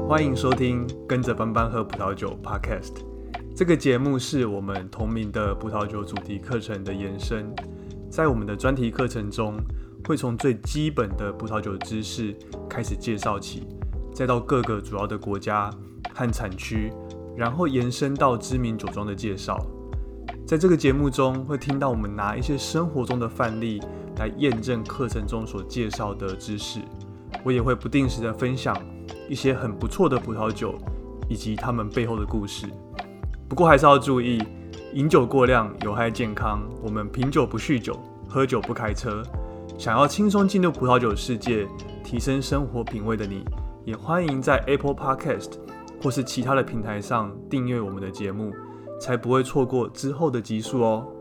欢迎收听跟着班班喝葡萄酒 Podcast。这个节目是我们同名的葡萄酒主题课程的延伸。在我们的专题课程中，会从最基本的葡萄酒知识开始介绍起，再到各个主要的国家和产区，然后延伸到知名酒庄的介绍。在这个节目中，会听到我们拿一些生活中的范例来验证课程中所介绍的知识。我也会不定时的分享一些很不错的葡萄酒，以及他们背后的故事。不过还是要注意，饮酒过量有害健康。我们品酒不酗酒，喝酒不开车。想要轻松进入葡萄酒世界，提升生活品味的你，也欢迎在 Apple Podcast 或是其他的平台上订阅我们的节目，才不会错过之后的集数哦。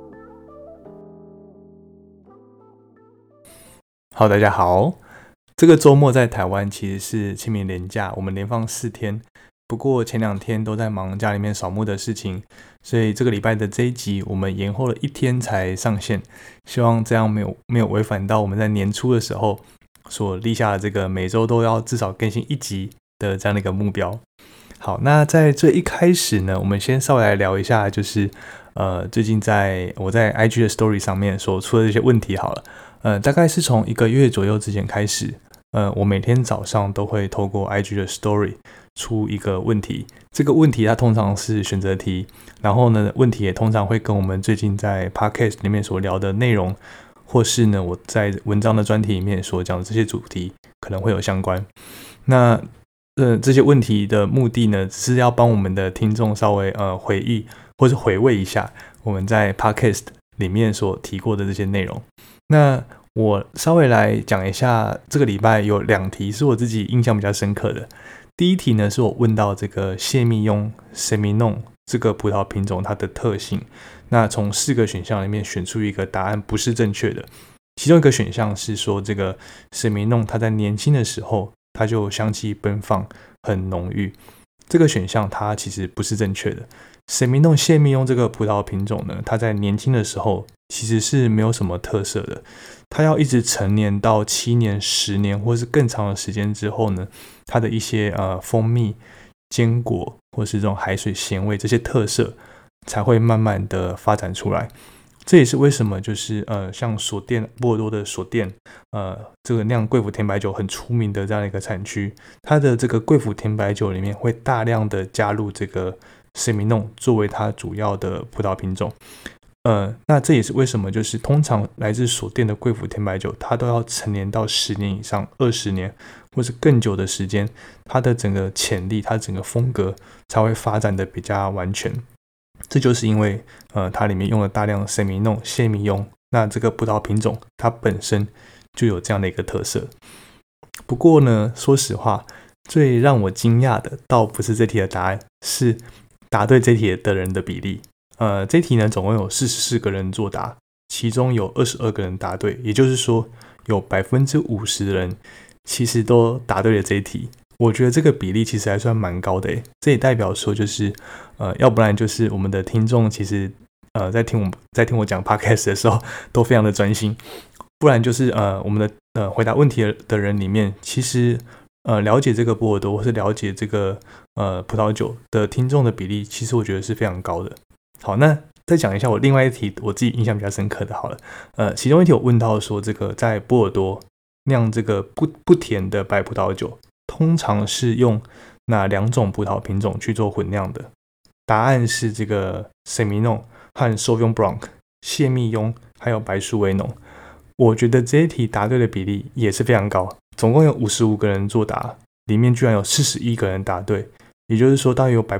好，大家好。这个周末在台湾其实是清明连假，我们连放4天。不过前2天都在忙家里面扫墓的事情，所以这个礼拜的这一集我们延后了1天才上线。希望这样没有违反到我们在年初的时候所立下的这个每周都要至少更新1集的这样的一个目标。好，那在这一开始呢，我们先稍微来聊一下，就是最近我在 IG 的 Story 上面所出的这些问题好了。大概是从1个月左右之前开始，我每天早上都会透过 IG 的 Story 出一个问题。这个问题它通常是选择题，然后呢，问题也通常会跟我们最近在 Podcast 里面所聊的内容，或是呢我在文章的专题里面所讲的这些主题可能会有相关。那这些问题的目的呢，只是要帮我们的听众稍微回忆或是回味一下我们在 Podcast 里面所提过的这些内容。那我稍微来讲一下，这个礼拜有2题是我自己印象比较深刻的。第一题呢，是我问到这个谢密雍 Semillon 这个葡萄品种它的特性。那从4个选项里面选出一个答案不是正确的。其中一个选项是说，这个 Semillon 它在年轻的时候它就香气奔放，很浓郁。这个选项它其实不是正确的。Semillon 谢密雍这个葡萄品种呢，它在年轻的时候其实是没有什么特色的。它要一直成年到7年、10年或是更长的时间之后呢，它的一些蜂蜜、坚果或是这种海水咸味这些特色才会慢慢的发展出来。这也是为什么就是像波尔多的索店这个酿贵腐甜白酒很出名的这样的一个产区，它的这个贵腐甜白酒里面会大量的加入这个 Semillon 作为它主要的葡萄品种。那这也是为什么就是通常来自索店的贵腐甜白酒，它都要成年到10年以上、20年或是更久的时间，它的整个潜力、它整个风格才会发展的比较完全。这就是因为它里面用了大量的 Semillon 谢密雍，那这个葡萄品种它本身就有这样的一个特色。不过呢，说实话，最让我惊讶的倒不是这题的答案，是答对这题的人的比例。这题呢总共有44个人作答，其中有22个人答对，也就是说有 50% 的人其实都答对了这一题。我觉得这个比例其实还算蛮高的耶。这也代表说就是要不然就是我们的听众其实在听我讲 podcast 的时候都非常的专心，不然就是我们的回答问题的人里面，其实了解这个波尔多或是了解这个葡萄酒的听众的比例，其实我觉得是非常高的。好，那再讲一下我另外一题我自己印象比较深刻的好了。其中一题我问到说，这个在波尔多酿这个不甜的白葡萄酒，通常是用哪2种葡萄品种去做混酿的？答案是这个 Semillon 和 Sauvignon Blanc 谢密雍还有白苏维农。我觉得这一题答对的比例也是非常高，总共有55个人作答，里面居然有41个人答对，也就是说大约有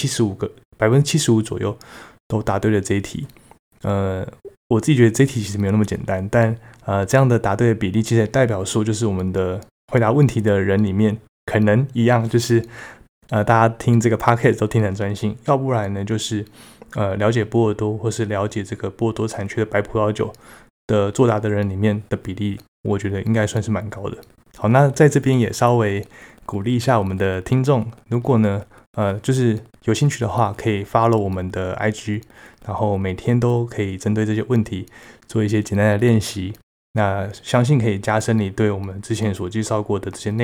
75% 左右都答对了这一题。我自己觉得这一题其实没有那么简单，但这样的答对的比例其实也代表说，就是我们的回答问题的人里面可能一样，就是大家听这个 podcast 都听得很专心，要不然呢就是了解波尔多或是了解这个波尔多产区的白葡萄酒的作答的人里面的比例，我觉得应该算是蛮高的。好，那在这边也稍微鼓励一下我们的听众，如果呢就是有兴趣的话，可以 follow 我们的 IG， 然后每天都可以针对这些问题做一些简单的练习。那相信可以加深你对我们之前所介绍过的这些内容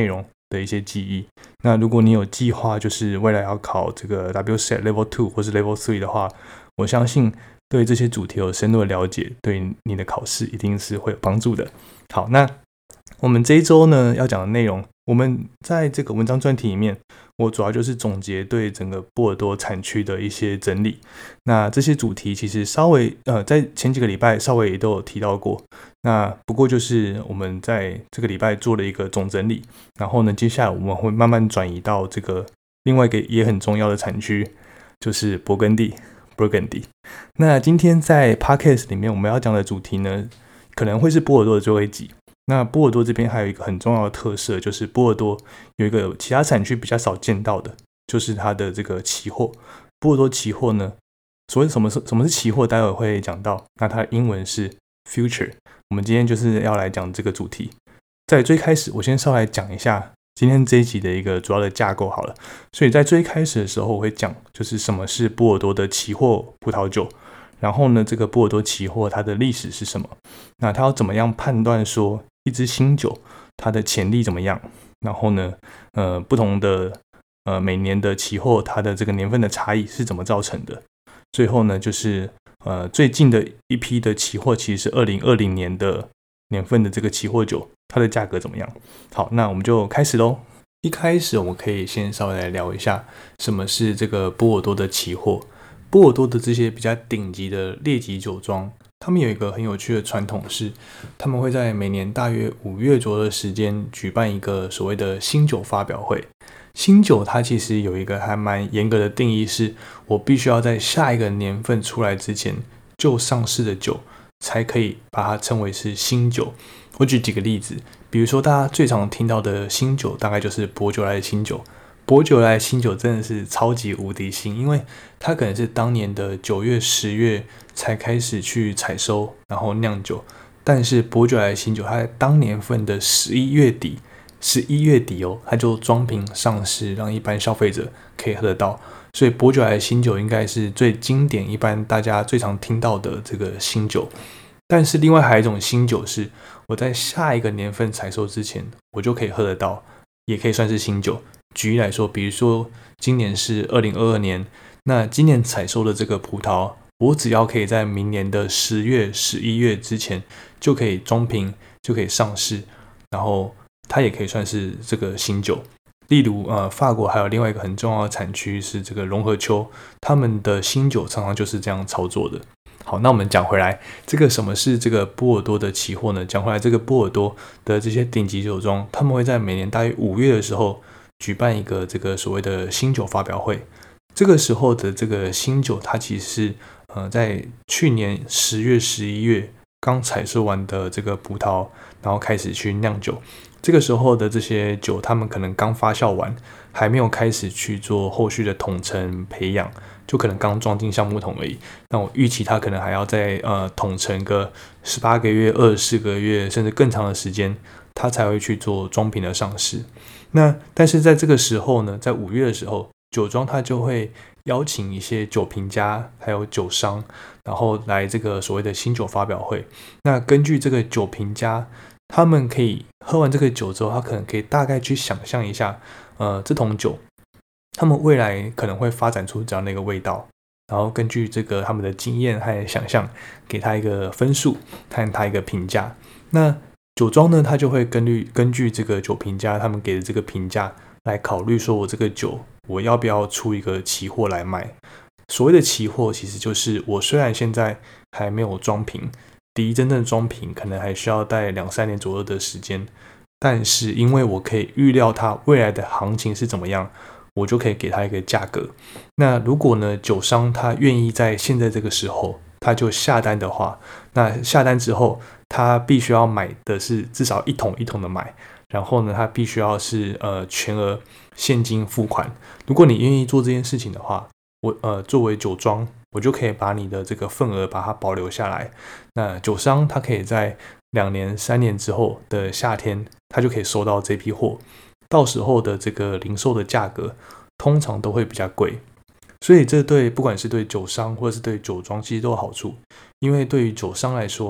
的一些记忆。那如果你有计划，就是未来要考这个 WSET Level 2或是 Level 3的话，我相信对这些主题有深入的了解，对你的考试一定是会有帮助的。好，那我们这一周呢要讲的内容，我们在这个文章专题里面，我主要就是总结对整个波尔多产区的一些整理。那这些主题其实稍微在前几个礼拜稍微也都有提到过。那不过就是我们在这个礼拜做了一个总整理，然后呢，接下来我们会慢慢转移到这个另外一个也很重要的产区，就是勃艮第 （Burgundy）。那今天在 Podcast 里面我们要讲的主题呢，可能会是波尔多的最后一集。那波尔多这边还有一个很重要的特色，就是波尔多有一个其他产区比较少见到的，就是它的这个期货。波尔多期货呢，所谓什么是期货，待会会讲到。那它的英文是 future。我们今天就是要来讲这个主题。在最开始，我先稍微讲一下今天这一集的一个主要的架构好了。所以在最开始的时候，我会讲就是什么是波尔多的期货葡萄酒。然后呢，这个波尔多期货它的历史是什么？那它要怎么样判断说一支新酒它的潜力怎么样？然后呢，不同的每年的期货它的这个年份的差异是怎么造成的？最后呢，就是最近的一批的期货其实是2020年的年份的这个期货酒，它的价格怎么样？好，那我们就开始咯。一开始我们可以先稍微来聊一下什么是这个波尔多的期货。波尔多的这些比较顶级的列级酒庄，他们有一个很有趣的传统是，他们会在每年大约5月左右的时间举办一个所谓的新酒发表会。新酒它其实有一个还蛮严格的定义，是我必须要在下一个年份出来之前就上市的酒，才可以把它称为是新酒。我举几个例子，比如说大家最常听到的新酒，大概就是薄酒莱的新酒。薄酒莱新酒真的是超级无敌新，因为它可能是当年的9月、10月才开始去采收，然后酿酒。但是薄酒莱新酒，它在当年份的11月底哦，它就装瓶上市，让一般消费者可以喝得到。所以薄酒莱新酒应该是最经典，一般大家最常听到的这个新酒。但是另外还有一种新酒是，我在下一个年份采收之前，我就可以喝得到，也可以算是新酒。举例来说，比如说今年是2022年，那今年采收的这个葡萄，我只要可以在明年的10月、11月之前就可以装瓶，就可以上市，然后它也可以算是这个新酒。例如法国还有另外一个很重要的产区是这个隆河丘，他们的新酒常常就是这样操作的。好，那我们讲回来，这个什么是这个波尔多的期货呢？讲回来，这个波尔多的这些顶级酒庄，他们会在每年大约5月的时候举办一个这个所谓的新酒发表会。这个时候的这个新酒，它其实是在去年10月、11月刚采收完的这个葡萄，然后开始去酿酒。这个时候的这些酒，他们可能刚发酵完，还没有开始去做后续的统陈培养，就可能刚装进橡木桶而已。那我预期它可能还要再统陈个18个月、24个月，甚至更长的时间，它才会去做装瓶的上市。那但是在这个时候呢，在5月的时候，酒庄它就会邀请一些酒评家还有酒商，然后来这个所谓的新酒发表会。那根据这个酒评家，他们可以喝完这个酒之后，他可能可以大概去想象一下，这桶酒他们未来可能会发展出怎样的一个味道，然后根据这个他们的经验和想象，给他一个分数，和他一个评价。那酒庄呢，他就会根据这个酒评家他们给的这个评价来考虑，说我这个酒我要不要出一个期货来卖。所谓的期货，其实就是我虽然现在还没有装瓶，离真正装瓶可能还需要待2-3年左右的时间，但是因为我可以预料它未来的行情是怎么样，我就可以给它一个价格。那如果呢，酒商他愿意在现在这个时候他就下单的话，那下单之后他必须要买的是至少一桶一桶的买，然后呢他必须要是全额现金付款。如果你愿意做这件事情的话，我作为酒庄，我就可以把你的这个份额把它保留下来。那酒商他可以在2年、3年之后的夏天，他就可以收到这批货，到时候的这个零售的价格通常都会比较贵。所以这不管是对酒商或者是对酒庄其实都有好处，因为对于酒商来说，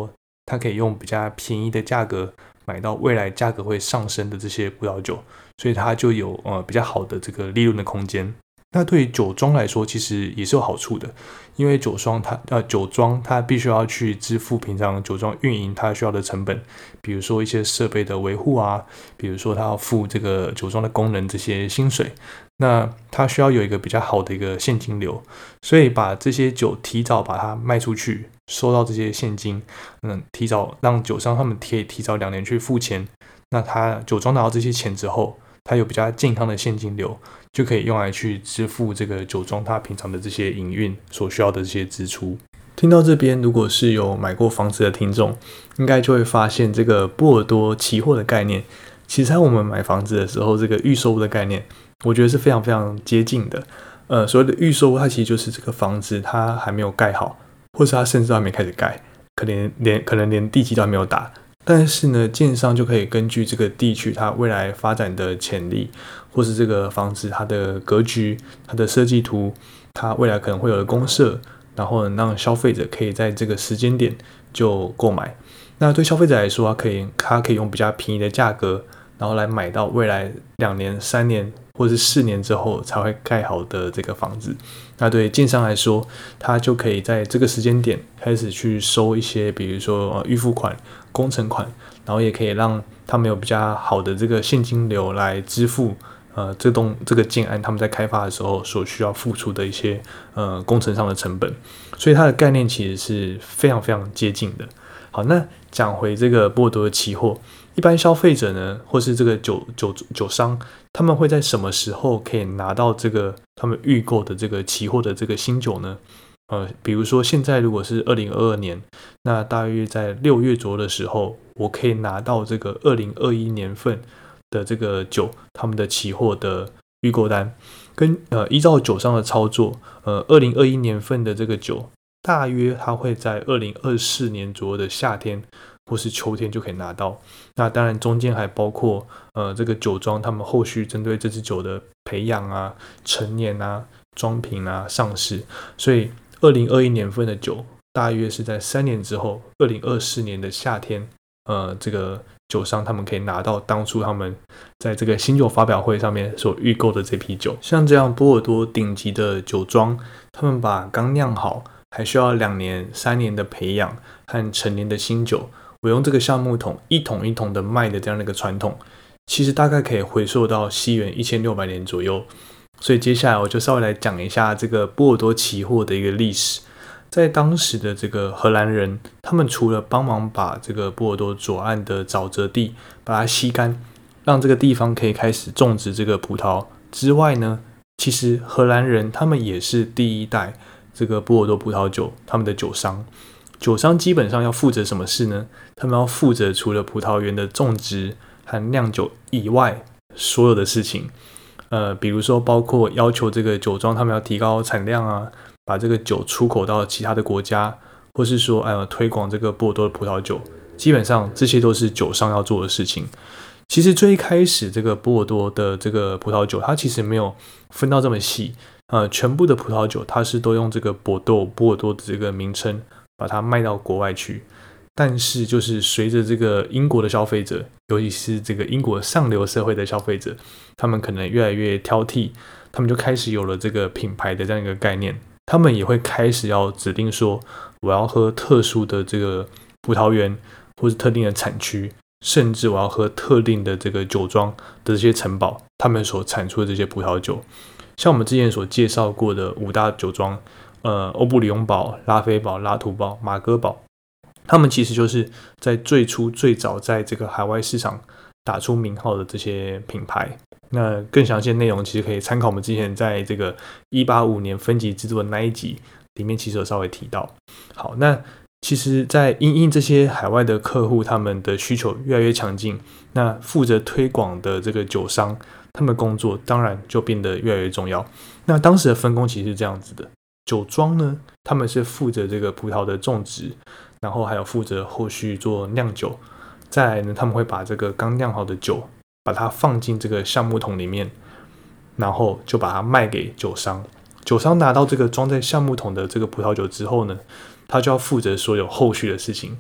它可以用比较便宜的价格买到未来价格会上升的这些葡萄酒，所以它就有比较好的这个利润的空间。那对于酒庄来说，其实也是有好处的，因为酒庄它必须要去支付平常酒庄运营它需要的成本，比如说一些设备的维护啊，比如说它要付这个酒庄的工人这些薪水，那它需要有一个比较好的一个现金流，所以把这些酒提早把它卖出去，收到这些现金，提早让酒商他们可以提早2年去付钱，那他酒庄拿到这些钱之后，它有比较健康的现金流，就可以用来去支付这个酒庄它平常的这些营运所需要的这些支出。听到这边，如果是有买过房子的听众，应该就会发现这个波尔多期货的概念，其实在我们买房子的时候，这个预售屋的概念，我觉得是非常非常接近的。所谓的预售屋，它其实就是这个房子它还没有盖好，或是它甚至都还没开始盖，可能连地基都还没有打。但是呢，建商就可以根据这个地区它未来发展的潜力，或是这个房子它的格局、它的设计图、它未来可能会有的公设，然后让消费者可以在这个时间点就购买。那对消费者来说，他可以用比较便宜的价格，然后来买到未来2年、3年或是4年之后才会盖好的这个房子。那对建商来说，他就可以在这个时间点开始去收一些，比如说预付款、工程款，然后也可以让他们有比较好的这个现金流来支付这个建案他们在开发的时候所需要付出的一些工程上的成本，所以它的概念其实是非常非常接近的。好，那讲回这个波尔多的期货，一般消费者呢，或是这个酒商，他们会在什么时候可以拿到这个他们预购的这个期货的这个新酒呢？比如说现在如果是2022年，那大约在6月左右的时候，我可以拿到这个2021年份的这个酒，他们的期货的预购单，跟依照酒商的操作，2021年份的这个酒，大约它会在2024年左右的夏天或是秋天就可以拿到。那当然中间还包括这个酒庄他们后续针对这支酒的培养啊、陈年啊、装瓶啊、上市，所以2021年份的酒大约是在3年之后，2024年的夏天，这个酒商他们可以拿到当初他们在这个新酒发表会上面所预购的这批酒。像这样波尔多顶级的酒庄，他们把刚酿好还需要2年、3年的培养和陈年的新酒，我用这个橡木桶一桶一桶的卖的这样的一个传统，其实大概可以回溯到西元1600年左右。所以接下来我就稍微来讲一下这个波尔多期货的一个历史。在当时的这个荷兰人，他们除了帮忙把这个波尔多左岸的沼泽地把它吸干，让这个地方可以开始种植这个葡萄之外呢，其实荷兰人他们也是第一代这个波尔多葡萄酒他们的酒商。酒商基本上要负责什么事呢？他们要负责除了葡萄园的种植和酿酒以外所有的事情。比如说包括要求这个酒庄他们要提高产量啊，把这个酒出口到其他的国家，或是说推广这个波尔多的葡萄酒，基本上这些都是酒商要做的事情。其实最一开始这个波尔多的这个葡萄酒，它其实没有分到这么细，全部的葡萄酒它是都用这个波尔多的这个名称把它卖到国外去。但是就是随着这个英国的消费者，尤其是这个英国上流社会的消费者，他们可能越来越挑剔，他们就开始有了这个品牌的这样一个概念，他们也会开始要指定说，我要喝特殊的这个葡萄园，或是特定的产区，甚至我要喝特定的这个酒庄的这些城堡，他们所产出的这些葡萄酒。像我们之前所介绍过的5大酒庄，欧布里翁堡、拉菲堡、拉图堡、马戈堡，他们其实就是在最早在这个海外市场打出名号的这些品牌。那更详细的内容其实可以参考我们之前在这个185年分级制作的那一集里面其实有稍微提到。好，那其实在因应这些海外的客户他们的需求越来越强劲，那负责推广的这个酒商他们的工作当然就变得越来越重要。那当时的分工其实是这样子的，酒庄呢他们是负责这个葡萄的种植，然后还有负责后续做酿酒，再来呢他们会把这个刚酿好的酒把它放进这个橡木桶里面，然后就把它卖给酒商。酒商拿到这个装在橡木桶的这个葡萄酒之后呢，他就要负责所有后续的事情，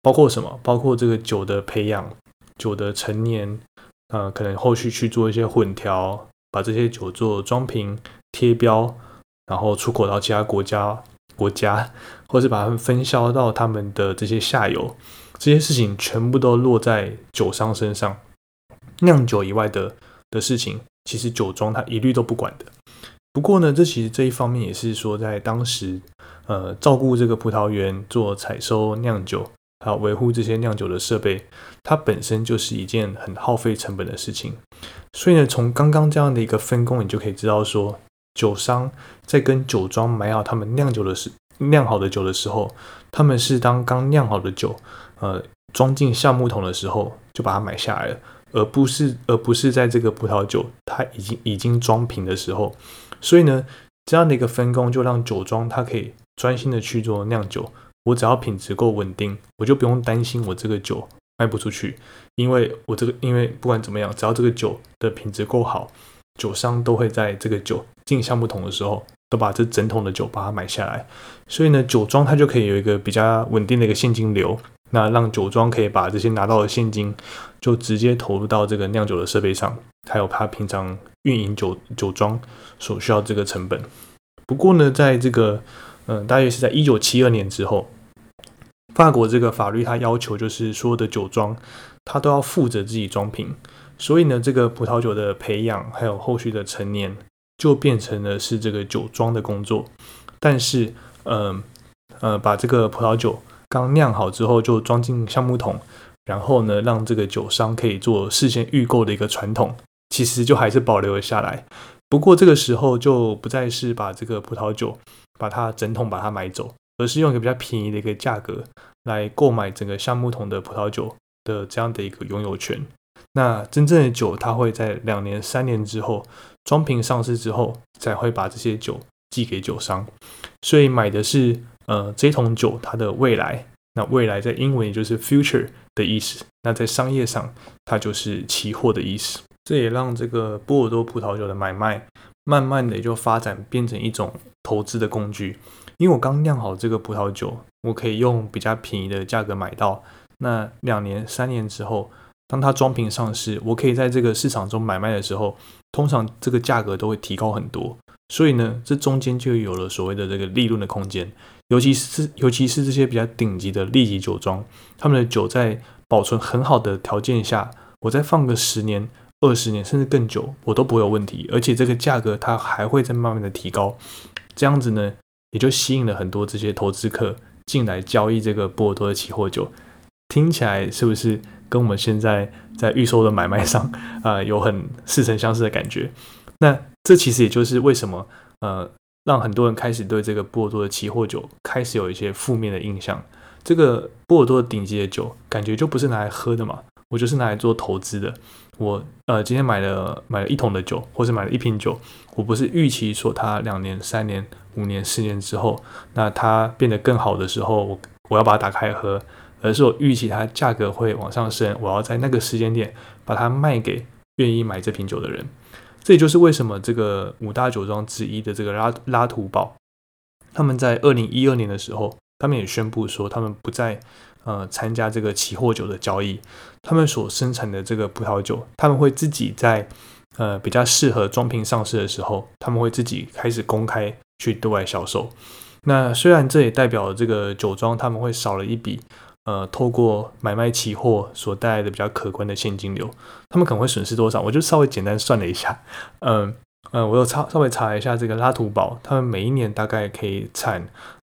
包括什么？包括这个酒的培养、酒的陈年，可能后续去做一些混调，把这些酒做装瓶、贴标，然后出口到其他国家，或是把它们分销到他们的这些下游，这些事情全部都落在酒商身上。酿酒以外的事情，其实酒庄它一律都不管的。不过呢，其实这一方面也是说，在当时，照顾这个葡萄园、做采收、酿酒，还有维护这些酿酒的设备，它本身就是一件很耗费成本的事情。所以呢，从刚刚这样的一个分工，你就可以知道说，酒商在跟酒庄买好他们酿好的酒的时候，他们是当刚酿好的酒，装进橡木桶的时候就把它买下来了，而不是在这个葡萄酒它已经装瓶的时候。所以呢，这样的一个分工就让酒庄它可以专心的去做酿酒。我只要品质够稳定，我就不用担心我这个酒卖不出去，因为不管怎么样，只要这个酒的品质够好，酒商都会在这个酒进橡木桶的时候，都把这整桶的酒把它买下来。所以呢，酒庄它就可以有一个比较稳定的一个现金流，那让酒庄可以把这些拿到的现金就直接投入到这个酿酒的设备上，还有它平常运营酒庄所需要这个成本。不过呢，在这个大约是在1972年之后，法国这个法律它要求就是所有的酒庄它都要负责自己装瓶，所以呢，这个葡萄酒的培养还有后续的陈年就变成了是这个酒庄的工作。但是把这个葡萄酒刚酿好之后就装进橡木桶，然后呢，让这个酒商可以做事先预购的一个传统，其实就还是保留了下来。不过这个时候就不再是把这个葡萄酒把它整桶把它买走，而是用一个比较便宜的一个价格来购买整个橡木桶的葡萄酒的这样的一个拥有权。那真正的酒它会在2年3年之后装瓶上市之后，才会把这些酒寄给酒商。所以买的是这桶酒它的未来，那未来在英文也就是 future 的意思，那在商业上它就是期货的意思。这也让这个波尔多葡萄酒的买卖慢慢的就发展变成一种投资的工具。因为我刚酿好这个葡萄酒，我可以用比较便宜的价格买到，那2年3年之后，当它装瓶上市，我可以在这个市场中买卖的时候，通常这个价格都会提高很多。所以呢，这中间就有了所谓的这个利润的空间。尤其是这些比较顶级的利级酒庄，他们的酒在保存很好的条件下，我再放个10年、20年甚至更久，我都不会有问题。而且这个价格它还会再慢慢的提高。这样子呢，也就吸引了很多这些投资客进来交易这个波尔多的期货酒。听起来是不是跟我们现在在预售的买卖上有很似曾相识的感觉？那这其实也就是为什么让很多人开始对这个波尔多的期货酒开始有一些负面的印象。这个波尔多的顶级的酒感觉就不是拿来喝的嘛，我就是拿来做投资的。我今天买了1桶的酒，或是买了1瓶酒，我不是预期说它2年、3年、5年、4年之后，那它变得更好的时候，我要把它打开喝，而是我预期它价格会往上升，我要在那个时间点把它卖给愿意买这瓶酒的人。这也就是为什么这个5大酒庄之一的这个拉图堡，他们在2012年的时候，他们也宣布说他们不再参加这个期货酒的交易。他们所生产的这个葡萄酒，他们会自己在比较适合装瓶上市的时候，他们会自己开始公开去对外销售。那虽然这也代表了这个酒庄他们会少了一笔透过买卖期货所带来的比较可观的现金流，他们可能会损失多少？我就稍微简单算了一下，我有稍微查一下这个拉图堡，他们每一年大概可以产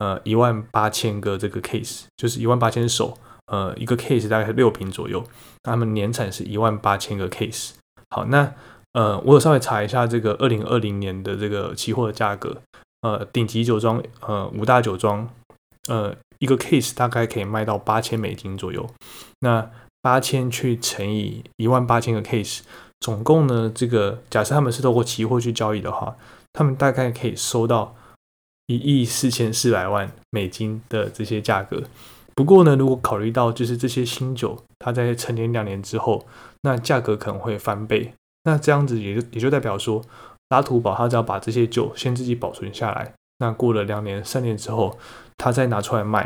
18000个这个 case， 就是18000手，一个 case 大概是6瓶左右，他们年产是18000个 case。好，那我有稍微查一下这个2020年的这个期货的价格，顶级酒庄5大酒庄一个 case 大概可以卖到$8000左右。那8000去乘以18000个 case， 总共呢，这个假设他们是透过期货去交易的话，他们大概可以收到$144,000,000的这些价格。不过呢，如果考虑到就是这些新酒，它在陈年2年之后，那价格可能会翻倍。那这样子也就代表说，拉图堡它只要把这些酒先自己保存下来，那过了2年3年之后，它再拿出来卖，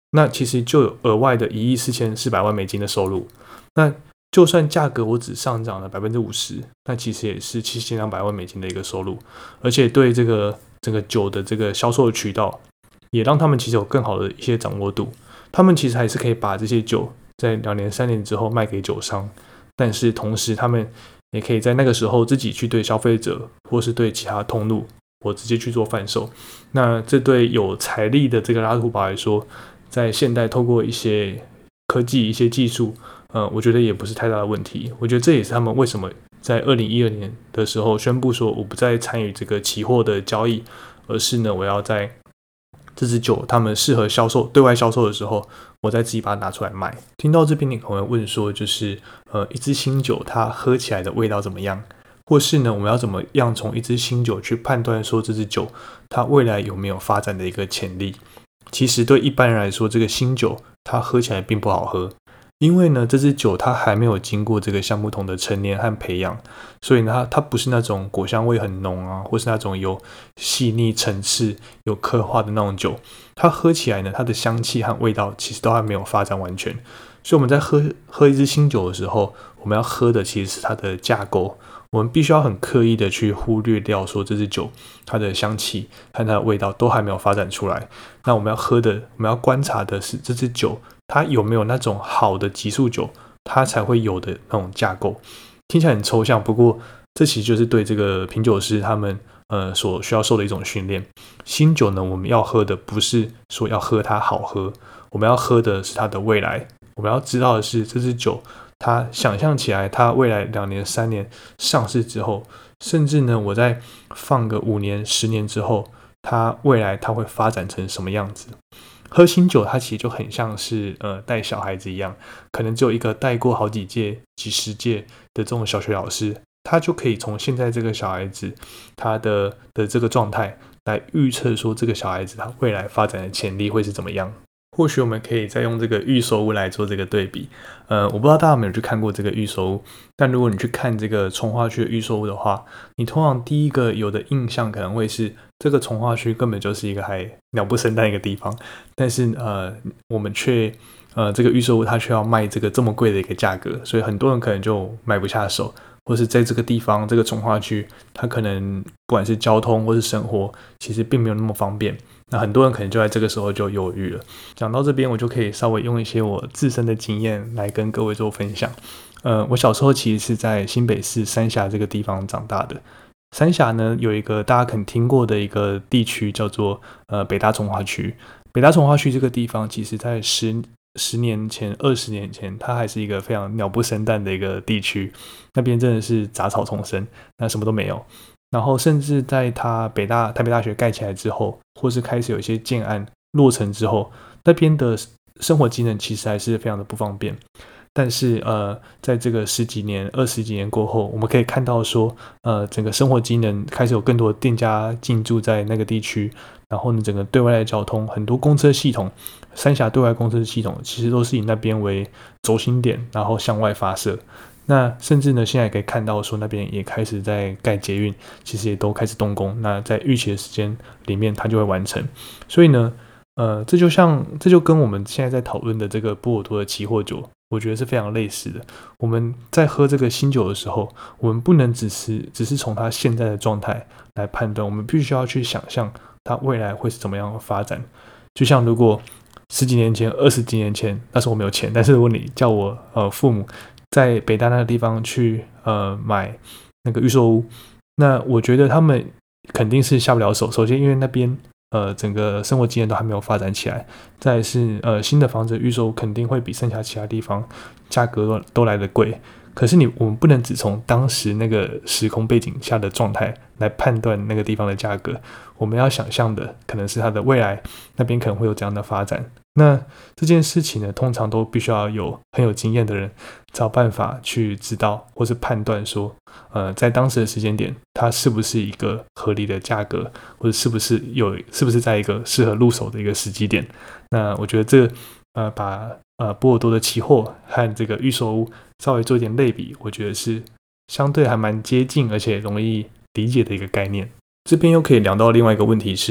那其实就有额外的1.44亿的收入。那就算价格我只上涨了50%，那其实也是$7200万的一个收入，而且对这个整个酒的这个销售的渠道，也让他们其实有更好的一些掌握度。他们其实还是可以把这些酒在2年3年之后卖给酒商，但是同时他们也可以在那个时候自己去对消费者或是对其他通路我直接去做贩售。那这对有财力的这个拉图堡来说，在现代透过一些科技一些技术，我觉得也不是太大的问题。我觉得这也是他们为什么在2012年的时候宣布说我不再参与这个期货的交易，而是呢我要在这支酒他们适合销售对外销售的时候，我再自己把它拿出来卖。听到这边你可能会问说，就是一支新酒它喝起来的味道怎么样？或是呢我们要怎么样从一支新酒去判断说这支酒它未来有没有发展的一个潜力？其实对一般人来说，这个新酒它喝起来并不好喝，因为呢这支酒它还没有经过这个橡木桶的陈年和培养，所以呢它不是那种果香味很浓啊，或是那种有细腻层次有刻画的那种酒。它喝起来呢，它的香气和味道其实都还没有发展完全。所以我们在喝一支新酒的时候，我们要喝的其实是它的架构。我们必须要很刻意的去忽略掉说这支酒它的香气和它的味道都还没有发展出来。那我们要观察的是这支酒它有没有那种好的级数酒它才会有的那种架构。听起来很抽象，不过这其实就是对这个品酒师他们所需要受的一种训练。新酒呢，我们要喝的不是说要喝它好喝，我们要喝的是它的未来。我们要知道的是这支酒它想象起来它未来2年3年上市之后，甚至呢我再放个5年10年之后，它未来它会发展成什么样子。喝新酒它其实就很像是带小孩子一样，可能只有一个带过好几届几十届的这种小学老师，他就可以从现在这个小孩子他的这个状态来预测说这个小孩子他未来发展的潜力会是怎么样。或许我们可以再用这个预售屋来做这个对比。我不知道大家有没有去看过这个预售屋，但如果你去看这个从化区的预售屋的话，你通常第一个有的印象可能会是这个从化区根本就是一个还鸟不生蛋一个地方，但是我们却这个预售屋它却要卖这么贵的一个价格，所以很多人可能就买不下手，或是在这个地方这个从化区它可能不管是交通或是生活其实并没有那么方便，那很多人可能就在这个时候就犹豫了。讲到这边，我就可以稍微用一些我自身的经验来跟各位做分享。我小时候其实是在新北市三峡这个地方长大的。三峡呢有一个大家可能听过的一个地区叫做北大从化区。北大从化区这个地方，其实在10年前、20年前，它还是一个非常鸟不生蛋的一个地区。那边真的是杂草丛生，那什么都没有。然后甚至在台北大学盖起来之后，或是开始有一些建案落成之后，那边的生活机能其实还是非常的不方便。但是在这个10几年、20几年过后，我们可以看到说整个生活机能开始有更多的店家进驻在那个地区，然后呢整个对外的交通，很多公车系统，三峡对外公车系统其实都是以那边为轴心点，然后向外发射。那甚至呢现在可以看到说那边也开始在盖捷运，其实也都开始动工，那在预期的时间里面它就会完成。所以呢这就跟我们现在在讨论的这个波尔多的期货酒，我觉得是非常类似的。我们在喝这个新酒的时候，我们不能只是从它现在的状态来判断，我们必须要去想象它未来会是怎么样的发展。就像如果10几年前、20几年前，那时候我没有钱，但是如果你叫我父母在北大那个地方去买那个预售屋，那我觉得他们肯定是下不了手。首先因为那边整个生活机能都还没有发展起来，再来是新的房子预售肯定会比剩下其他地方价格都来得贵。可是我们不能只从当时那个时空背景下的状态来判断那个地方的价格，我们要想象的可能是它的未来那边可能会有这样的发展。那这件事情呢，通常都必须要有很有经验的人找办法去知道或是判断说在当时的时间点它是不是一个合理的价格，或者是不是在一个适合入手的一个时机点。那我觉得这把波尔多的期货和这个预售屋稍微做一点类比，我觉得是相对还蛮接近而且容易理解的一个概念。这边又可以聊到另外一个问题是，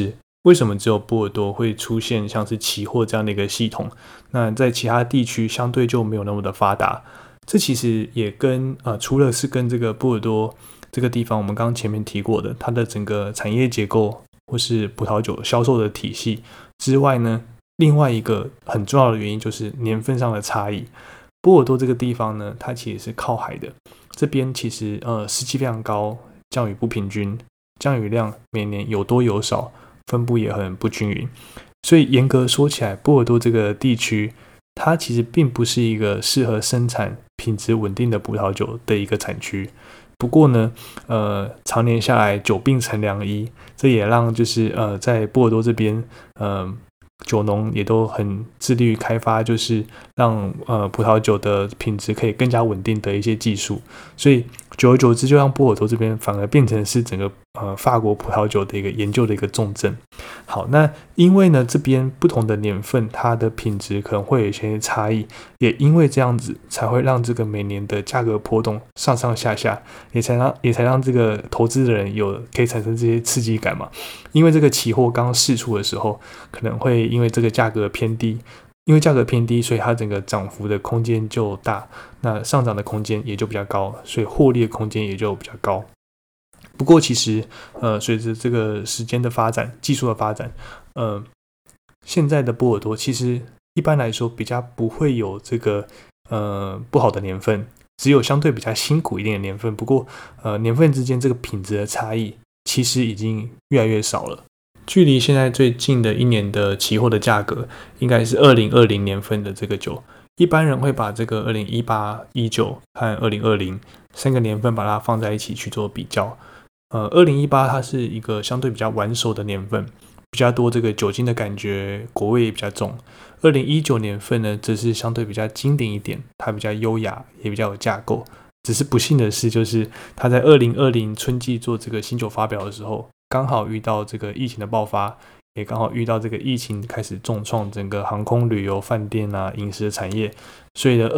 为什么只有波尔多会出现像是期货这样的一个系统？那在其他地区相对就没有那么的发达。这其实也跟除了是跟这个波尔多这个地方，我们刚刚前面提过的，它的整个产业结构或是葡萄酒销售的体系之外呢，另外一个很重要的原因就是年份上的差异。波尔多这个地方呢，它其实是靠海的，这边其实湿气非常高，降雨不平均，降雨量每年有多有少，分布也很不均匀。所以严格说起来，波尔多这个地区，它其实并不是一个适合生产品质稳定的葡萄酒的一个产区。不过呢，常年下来久病成良医，这也让就是在波尔多这边，酒农也都很致力于开发，就是让葡萄酒的品质可以更加稳定的一些技术，所以久而久之，就让波尔多这边反而变成是整个法国葡萄酒的一个研究的一个重镇。好，那因为呢这边不同的年份，它的品质可能会有一些差异，也因为这样子才会让这个每年的价格波动上上下下，也才让这个投资的人可以产生这些刺激感嘛。因为这个期货刚释出的时候，可能会因为这个价格偏低，所以它整个涨幅的空间就大，那上涨的空间也就比较高，所以获利的空间也就比较高。不过其实随着这个时间的发展，技术的发展，现在的波尔多其实一般来说比较不会有这个不好的年份，只有相对比较辛苦一点的年份。不过年份之间这个品质的差异其实已经越来越少了。距离现在最近的一年的期货的价格应该是2020年份的这个酒，一般人会把这个2018、19和2020三个年份把它放在一起去做比较。2018它是一个相对比较晚熟的年份，比较多这个酒精的感觉，果味也比较重。2019年份呢，则是相对比较经典一点，它比较优雅，也比较有架构。只是不幸的是，就是它在2020春季做这个新酒发表的时候，刚好遇到这个疫情的爆发，也刚好遇到这个疫情开始重创整个航空旅游、饭店啊、饮食的产业，所以呢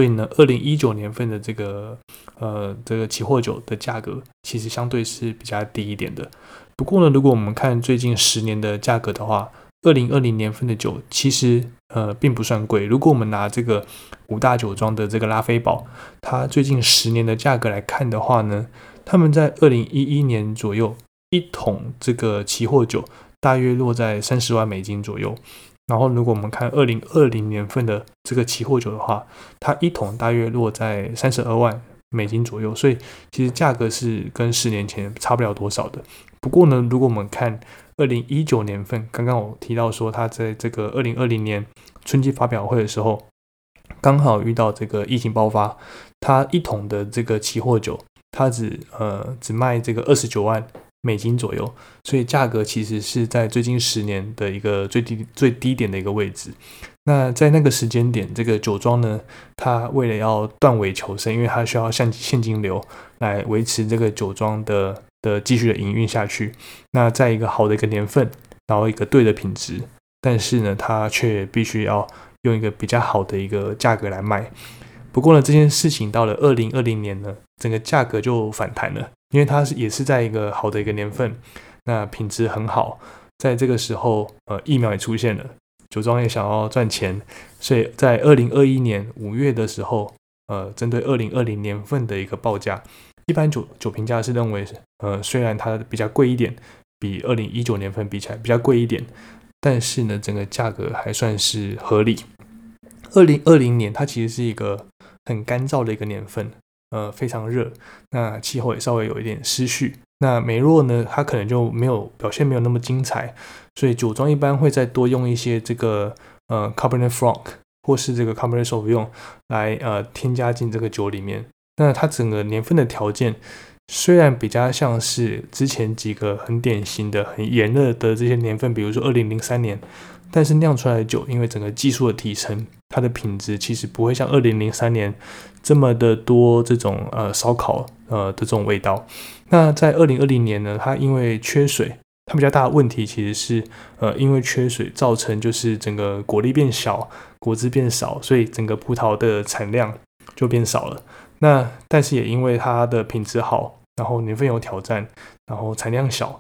，2019年份的这个期货酒的价格其实相对是比较低一点的。不过呢，如果我们看最近10年的价格的话，2020年份的酒其实并不算贵。如果我们拿这个5大酒庄的这个拉菲堡，它最近10年的价格来看的话呢，他们在2011年左右一桶这个期货酒大约落在30万美金左右。然后如果我们看2020年份的这个期货酒的话，它一桶大约落在32万美金左右，所以其实价格是跟10年前差不了多少的。不过呢，如果我们看2019年份，刚刚我提到说它在这个2020年春季发表会的时候，刚好遇到这个疫情爆发，它一桶的这个期货酒，它只卖这个29万美金左右，所以价格其实是在最近10年的一个最低点的一个位置。那在那个时间点，这个酒庄呢，它为了要断尾求生，因为它需要现金流来维持这个酒庄的继续的营运下去。那在一个好的一个年份，然后一个对的品质，但是呢，它却必须要用一个比较好的一个价格来卖。不过呢，这件事情到了2020年呢，整个价格就反弹了，因为它也是在一个好的一个年份，那品质很好。在这个时候，疫苗也出现了，酒庄也想要赚钱，所以在2021年5月的时候，针对2020年份的一个报价，一般酒评价是认为，虽然它比较贵一点，比2019年份比起来比较贵一点，但是呢，整个价格还算是合理。2020年它其实是一个很干燥的一个年份，非常热，那气候也稍微有一点失序。那梅洛呢，它可能就表现没有那么精彩，所以酒庄一般会再多用一些这个Cabernet Franc 或是这个 Cabernet Sauvignon 来添加进这个酒里面。那它整个年份的条件虽然比较像是之前几个很典型的很炎热的这些年份，比如说2003年，但是酿出来的酒因为整个技术的提升，它的品质其实不会像2003年这么的多这种烧烤的这种味道。那在2020年呢，它因为缺水，它比较大的问题其实是因为缺水造成就是整个果粒变小，果汁变少，所以整个葡萄的产量就变少了。那但是也因为它的品质好，然后年份有挑战，然后产量小，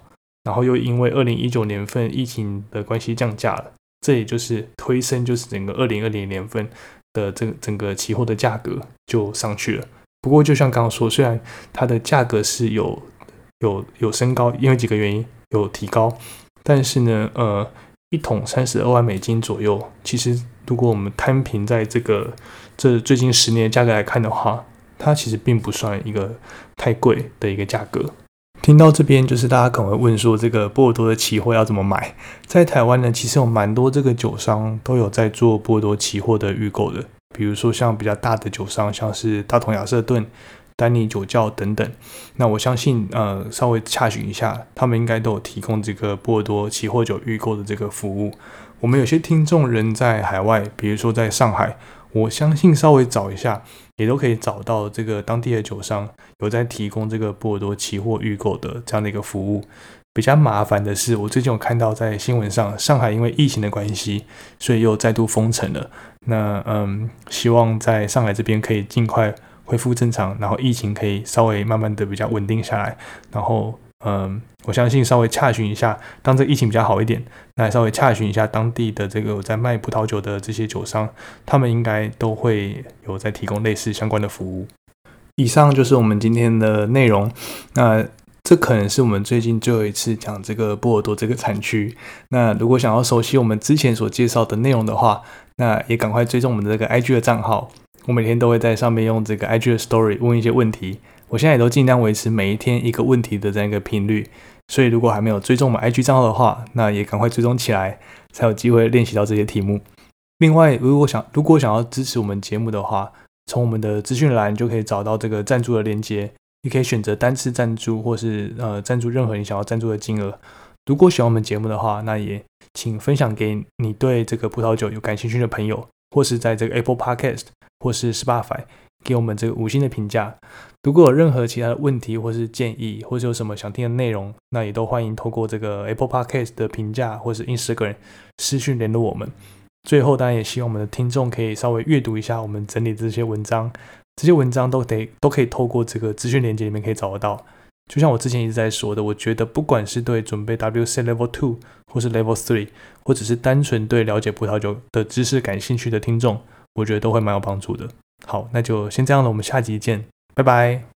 然后又因为2019年份疫情的关系降价了，这也就是推升就是整个2020年份的这个整个期货的价格就上去了。不过就像刚刚说，虽然它的价格是有升高，因为几个原因有提高，但是呢一桶32万美金左右，其实如果我们摊平在这最近10年的价格来看的话，它其实并不算一个太贵的一个价格。听到这边，就是大家可能会问说，这个波尔多的期货要怎么买？在台湾呢，其实有蛮多这个酒商都有在做波尔多期货的预购的，比如说像比较大的酒商，像是大同亚瑟顿、丹尼酒窖等等。那我相信稍微洽询一下，他们应该都有提供这个波尔多期货酒预购的这个服务。我们有些听众人在海外，比如说在上海，我相信稍微找一下也都可以找到这个当地的酒商有在提供这个波尔多期货预购的这样的一个服务。比较麻烦的是，我最近有看到在新闻上，上海因为疫情的关系，所以又再度封城了。那希望在上海这边可以尽快恢复正常，然后疫情可以稍微慢慢的比较稳定下来，然后我相信稍微洽询一下，当这个疫情比较好一点，那稍微洽询一下当地的这个有在卖葡萄酒的这些酒商，他们应该都会有在提供类似相关的服务。以上就是我们今天的内容。那这可能是我们最近最后一次讲这个波尔多这个产区。那如果想要熟悉我们之前所介绍的内容的话，那也赶快追踪我们的这个 IG 的账号。我每天都会在上面用这个 IG 的 Story 问一些问题。我现在也都尽量维持每一天一个问题的这样一个频率。所以如果还没有追踪我们 IG 账号的话，那也赶快追踪起来，才有机会练习到这些题目。另外，如果想要支持我们节目的话，从我们的资讯栏就可以找到这个赞助的连结，你可以选择单次赞助，或是赞助任何你想要赞助的金额。如果喜欢我们节目的话，那也请分享给你对这个葡萄酒有感兴趣的朋友，或是在这个 Apple Podcast 或是 Spotify 给我们这个5星的评价。如果有任何其他的问题或是建议，或是有什么想听的内容，那也都欢迎透过这个 Apple Podcast 的评价或是 Instagram 私讯联络我们。最后当然也希望我们的听众可以稍微阅读一下我们整理的这些文章，这些文章都可以透过这个资讯连结里面可以找得到。就像我之前一直在说的，我觉得不管是对准备 WSET Level 2 或是 Level 3，或者是单纯对了解葡萄酒的知识感兴趣的听众，我觉得都会蛮有帮助的。好，那就先这样了，我们下集见，拜拜。